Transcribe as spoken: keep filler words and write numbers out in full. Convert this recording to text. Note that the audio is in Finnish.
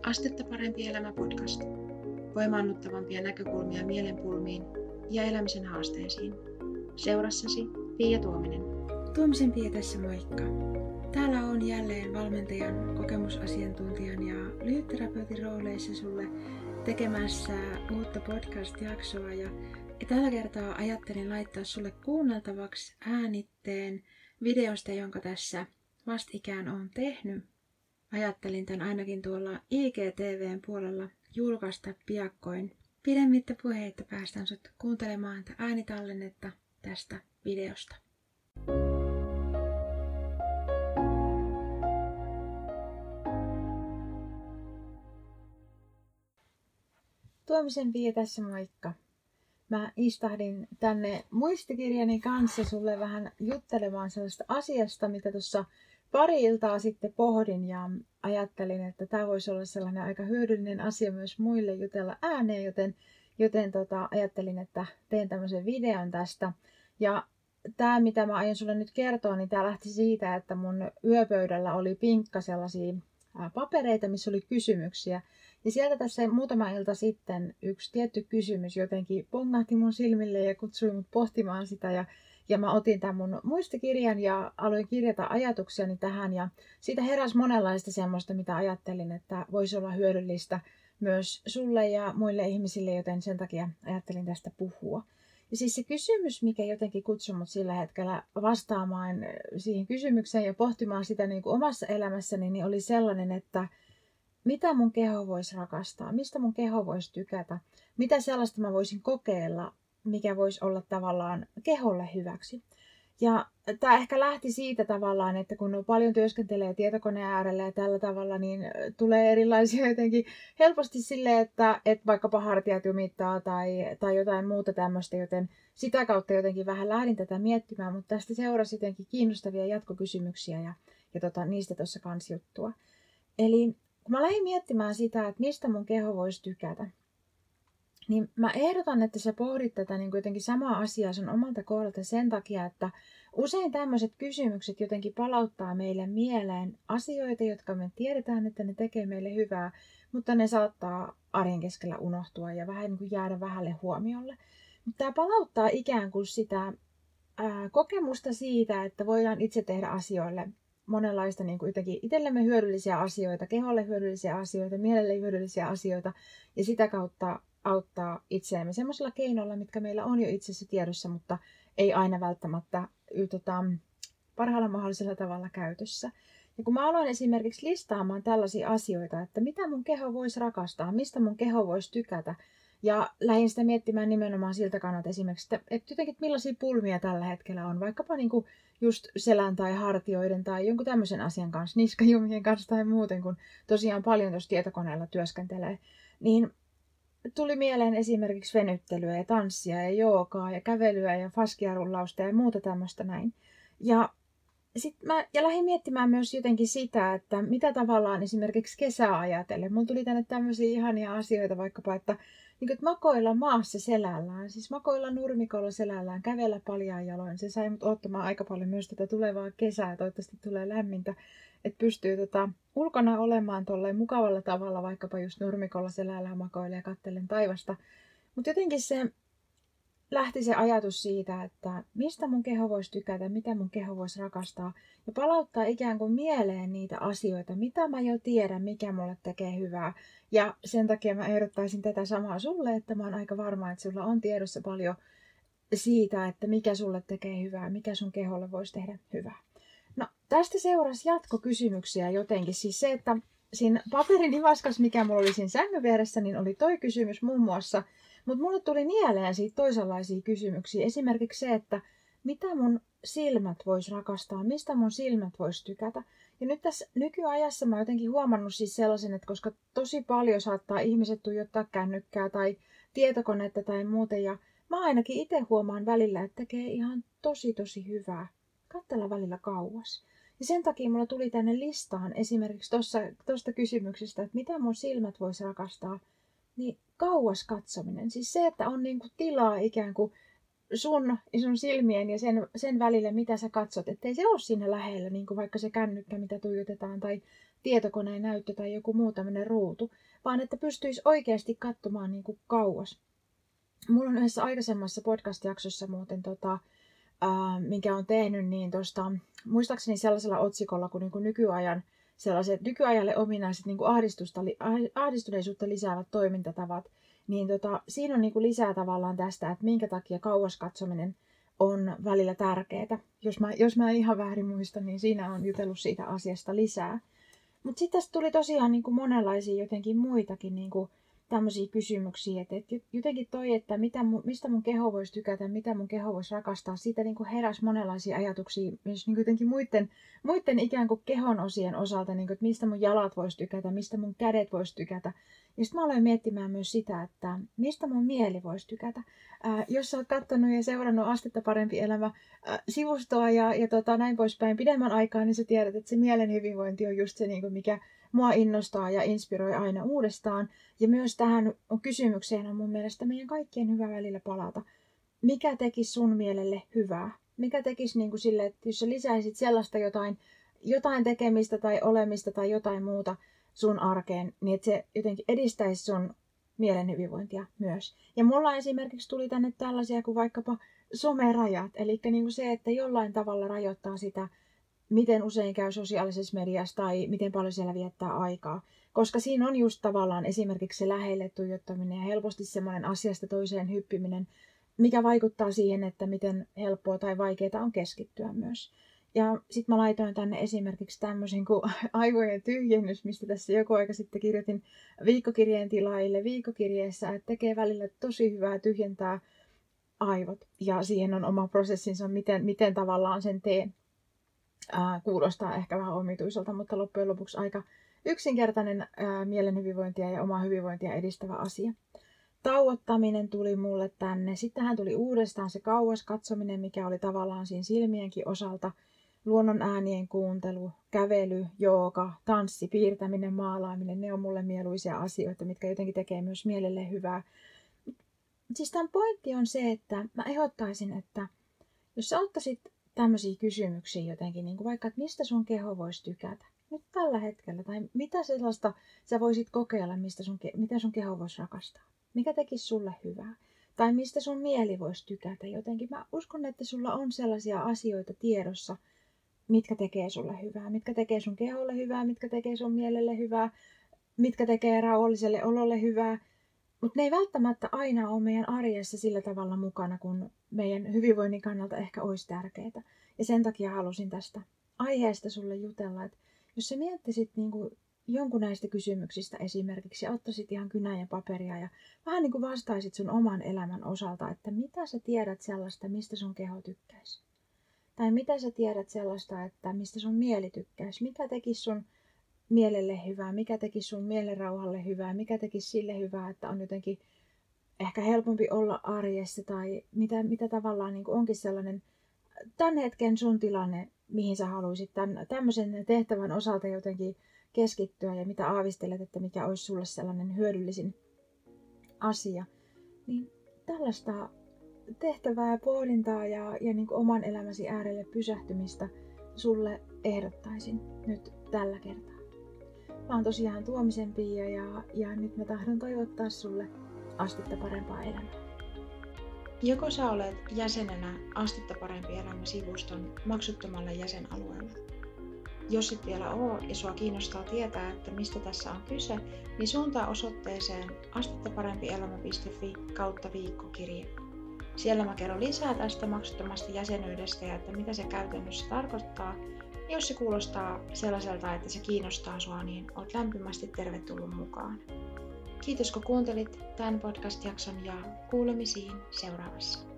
Astetta parempi elämä podcast. Voimaannuttavampia näkökulmia mielenpulmiin ja elämisen haasteisiin. Seurassasi Pia Tuominen. Tuomisen Pia tässä, moikka. Täällä on jälleen valmentajan, kokemusasiantuntijan ja lyhytterapeutin rooleissa sulle tekemässä uutta podcast-jaksoa. Ja tällä kertaa ajattelin laittaa sulle kuunneltavaksi äänitteen videosta, jonka tässä vastikään olen tehnyt. Ajattelin tämän ainakin tuolla I G T V:n puolella julkaista piakkoin. Pidemmittä puheitta päästään sut kuuntelemaan äänitallennetta tästä videosta. Tuomisen Pia tässä, moikka. Mä istahdin tänne muistikirjani kanssa sulle vähän juttelemaan sellaista asiasta, mitä tuossa pari iltaa sitten pohdin ja ajattelin, että tämä voisi olla sellainen aika hyödyllinen asia myös muille jutella ääneen, joten, joten tota, ajattelin, että teen tämmöisen videon tästä. Ja tämä, mitä mä aion sulle nyt kertoa, niin tämä lähti siitä, että mun yöpöydällä oli pinkka sellaisia papereita, missä oli kysymyksiä. Ja sieltä tässä muutama ilta sitten yksi tietty kysymys jotenkin pongahti mun silmille ja kutsui mut pohtimaan sitä. Ja Ja mä otin tämän mun muistikirjan ja aloin kirjata ajatuksiani tähän. Ja siitä heräsi monenlaista semmoista, mitä ajattelin, että voisi olla hyödyllistä myös sulle ja muille ihmisille, joten sen takia ajattelin tästä puhua. Ja siis se kysymys, mikä jotenkin kutsui mut sillä hetkellä vastaamaan siihen kysymykseen ja pohtimaan sitä niin kuin omassa elämässäni, niin oli sellainen, että mitä mun keho voisi rakastaa, mistä mun keho voisi tykätä, mitä sellaista mä voisin kokeilla, mikä voisi olla tavallaan keholle hyväksi. Ja tämä ehkä lähti siitä tavallaan, että kun paljon työskentelee tietokoneen äärellä ja tällä tavalla, niin tulee erilaisia jotenkin helposti silleen, että, että vaikkapa hartiat jumittaa tai, tai jotain muuta tämmöistä, joten sitä kautta jotenkin vähän lähdin tätä miettimään, mutta tästä seurasi jotenkin kiinnostavia jatkokysymyksiä ja, ja tota, niistä tuossa kans juttua. Eli kun mä lähdin miettimään sitä, että mistä mun keho voisi tykätä, niin mä ehdotan, että sä pohdit tätä niin jotenkin samaa asiaa sun omalta kohdalta sen takia, että usein tämmöiset kysymykset jotenkin palauttaa meille mieleen asioita, jotka me tiedetään, että ne tekee meille hyvää, mutta ne saattaa arjen keskellä unohtua ja vähän niin kuin jäädä vähälle huomiolle. Mutta tämä palauttaa ikään kuin sitä ää, kokemusta siitä, että voidaan itse tehdä asioille monenlaista niin kuin jotenkin itsellemme hyödyllisiä asioita, keholle hyödyllisiä asioita, mielelle hyödyllisiä asioita ja sitä kautta auttaa itseämme semmoisilla keinoilla, mitkä meillä on jo itse asiassa tiedossa, mutta ei aina välttämättä tota, parhaalla mahdollisella tavalla käytössä. Ja kun mä aloin esimerkiksi listaamaan tällaisia asioita, että mitä mun keho voisi rakastaa, mistä mun keho voisi tykätä, ja lähdin sitä miettimään nimenomaan siltä kannalta esimerkiksi, että, että jotenkin että millaisia pulmia tällä hetkellä on, vaikkapa niin kuin just selän tai hartioiden tai jonkun tämmöisen asian kanssa, niskajumien kanssa tai muuten, kun tosiaan paljon tuossa tietokoneella työskentelee, niin tuli mieleen esimerkiksi venyttelyä ja tanssia ja joogaa ja kävelyä ja faskiarullausta ja muuta tämmöistä näin. Ja, sit mä, ja lähdin miettimään myös jotenkin sitä, että mitä tavallaan esimerkiksi kesää ajatellen. Mulla tuli tänne tämmöisiä ihania asioita vaikkapa, että, niin että makoilla maassa selällään, siis makoilla nurmikolla selällään, kävellä paljaan jaloin. Se sai mut odottamaan aika paljon myös tätä tulevaa kesää, toivottavasti tulee lämmintä. Että pystyy tota, ulkona olemaan tolleen mukavalla tavalla, vaikkapa just nurmikolla selällään makoilee ja katselen taivasta. Mutta jotenkin se lähti se ajatus siitä, että mistä mun keho voisi tykätä, mitä mun keho voisi rakastaa. Ja palauttaa ikään kuin mieleen niitä asioita, mitä mä jo tiedän, mikä mulle tekee hyvää. Ja sen takia mä ehdottaisin tätä samaa sulle, että mä oon aika varma, että sulla on tiedossa paljon siitä, että mikä sulle tekee hyvää, mikä sun keholle voisi tehdä hyvää. No, tästä seurasi jatkokysymyksiä jotenkin. Siis se, että siinä paperin nivaskas, mikä mulla oli siinä sängyn vieressä, niin oli toi kysymys muun muassa. Mutta mulle tuli mieleen siitä toisenlaisia kysymyksiä. Esimerkiksi se, että mitä mun silmät vois rakastaa, mistä mun silmät vois tykätä. Ja nyt tässä nykyajassa mä oon jotenkin huomannut siis sellaisen, että koska tosi paljon saattaa ihmiset tuijottaa kännykkää tai tietokonetta tai muuten. Ja mä ainakin itse huomaan välillä, että tekee ihan tosi tosi hyvää katsella välillä kauas. Ja sen takia mulla tuli tänne listaan esimerkiksi tuosta kysymyksestä, että mitä mun silmät vois rakastaa, niin kauas katsominen. Siis se, että on niinku tilaa ikään kuin sun, sun silmien ja sen, sen välille, mitä sä katsot. Ettei se ole siinä lähellä, niin kuin vaikka se kännykkä, mitä tuijotetaan, tai, tietokoneen näyttö tai joku muu tämmöinen ruutu, vaan että pystyisi oikeasti katsomaan niin kuin kauas. Mulla on yhdessä aikaisemmassa podcast-jaksossa muuten, tota, ää, minkä on tehnyt, niin tosta, muistaakseni sellaisella otsikolla kuin, niin kuin nykyajan, sellaiset nykyajalle ominaiset niin kuin ahdistusta, ahdistuneisuutta lisäävät toimintatavat, niin tota, siinä on niin kuin lisää tavallaan tästä, että minkä takia kauas katsominen on välillä tärkeää. Jos mä, jos mä en ihan väärin muista, niin siinä on jutellut siitä asiasta lisää. Mutta sitten tästä tuli tosiaan niin kuin monenlaisia jotenkin muitakin niin kuin tämmöisiä kysymyksiä, että, että jotenkin toi, että mitä mun, mistä mun keho voisi tykätä, mitä mun keho voisi rakastaa, siitä niin kuin heräsi monenlaisia ajatuksia myös niin kuin jotenkin muiden, muiden ikään kuin kehon osien osalta, niin kuin, että mistä mun jalat voisi tykätä, mistä mun kädet voisi tykätä. Ja sitten mä aloin miettimään myös sitä, että mistä mun mieli voisi tykätä. Ää, jos sä oot katsonut ja seurannut Astetta parempi elämä ää, sivustoa ja, ja tota, näin poispäin pidemmän aikaa, niin sä tiedät, että se mielen hyvinvointi on just se, niin kuin mikä mua innostaa ja inspiroi aina uudestaan. Ja myös tähän kysymykseen on mun mielestä meidän kaikkien hyvä välillä palata. Mikä tekisi sun mielelle hyvää? Mikä tekisi niin kuin sille, että jos sä lisäisit sellaista jotain, jotain tekemistä tai olemista tai jotain muuta sun arkeen, niin että se jotenkin edistäisi sun mielen hyvinvointia myös. Ja mulla esimerkiksi tuli tänne tällaisia kuin vaikkapa somerajat. Eli niin kuin se, että jollain tavalla rajoittaa sitä, miten usein käy sosiaalisessa mediassa tai miten paljon siellä viettää aikaa. Koska siinä on just tavallaan esimerkiksi se lähelle tuijottaminen ja helposti semmoinen asiasta toiseen hyppiminen, mikä vaikuttaa siihen, että miten helppoa tai vaikeaa on keskittyä myös. Ja sitten mä laitoin tänne esimerkiksi tämmöisen kuin aivojen tyhjennys, mistä tässä joku aika sitten kirjoitin viikkokirjeen tilaajille viikkokirjeessä, että tekee välillä tosi hyvää tyhjentää aivot. Ja siihen on oma prosessinsa, miten, miten tavallaan sen teen. Ää, kuulostaa ehkä vähän omituiselta, mutta loppujen lopuksi aika yksinkertainen ää, mielen hyvinvointia ja omaa hyvinvointia edistävä asia. Tauottaminen tuli mulle tänne. Sittenhän tuli uudestaan se kauas katsominen, mikä oli tavallaan siinä silmienkin osalta. Luonnon äänien kuuntelu, kävely, jooga, tanssi, piirtäminen, maalaaminen, ne on mulle mieluisia asioita, mitkä jotenkin tekee myös mielelle hyvää. Siis tämän pointti on se, että mä ehdottaisin, että jos sä ottaisit tämmöisiä kysymyksiä jotenkin, niin kuin vaikka, että mistä sun keho voisi tykätä nyt tällä hetkellä, tai mitä sellaista sä voisit kokeilla, mistä sun, mitä sun keho voisi rakastaa, mikä tekisi sulle hyvää, tai mistä sun mieli voisi tykätä jotenkin. Mä uskon, että sulla on sellaisia asioita tiedossa, mitkä tekee sulle hyvää, mitkä tekee sun keholle hyvää, mitkä tekee sun mielelle hyvää, mitkä tekee rauhalliselle ololle hyvää, mutta ne ei välttämättä aina ole meidän arjessa sillä tavalla mukana, kun meidän hyvinvoinnin kannalta ehkä olisi tärkeää. Ja sen takia halusin tästä aiheesta sulle jutella, että jos sä miettisit niin kuin jonkun näistä kysymyksistä esimerkiksi ja ottaisit ihan kynää ja paperia ja vähän niin kuin vastaisit sun oman elämän osalta, että mitä sä tiedät sellaista, mistä sun keho tykkäisi. Tai mitä sä tiedät sellaista, että mistä sun mieli tykkäisi, mikä tekisi sun mielelle hyvää, mikä tekisi sun mielenrauhalle hyvää, mikä tekisi sille hyvää, että on jotenkin ehkä helpompi olla arjessa tai mitä, mitä tavallaan niin kuin onkin sellainen tämän hetken sun tilanne, mihin sä haluaisit tämän, tämmöisen tehtävän osalta jotenkin keskittyä ja mitä aavistelet, että mikä olisi sulle sellainen hyödyllisin asia. Niin tällaista tehtävää, pohdintaa ja, ja niin kuin oman elämäsi äärelle pysähtymistä sulle ehdottaisin nyt tällä kertaa. Mä oon tosiaan Tuomisen Pia ja, ja nyt mä tahdon toivottaa sulle astetta parempaa elämää. Joko sä olet jäsenenä Astetta parempi elämä -sivuston maksuttomalle jäsenalueelle. Jos et vielä oo ja sua kiinnostaa tietää, että mistä tässä on kyse, niin suuntaa osoitteeseen astettaparempielämä piste fi kautta viikkokirje. Siellä mä kerron lisää tästä maksuttomasta jäsenyydestä ja että mitä se käytännössä tarkoittaa. Jos se kuulostaa sellaiselta, että se kiinnostaa sua, niin oot lämpimästi tervetullut mukaan. Kiitos kun kuuntelit tämän podcast-jakson ja kuulemisiin seuraavassa.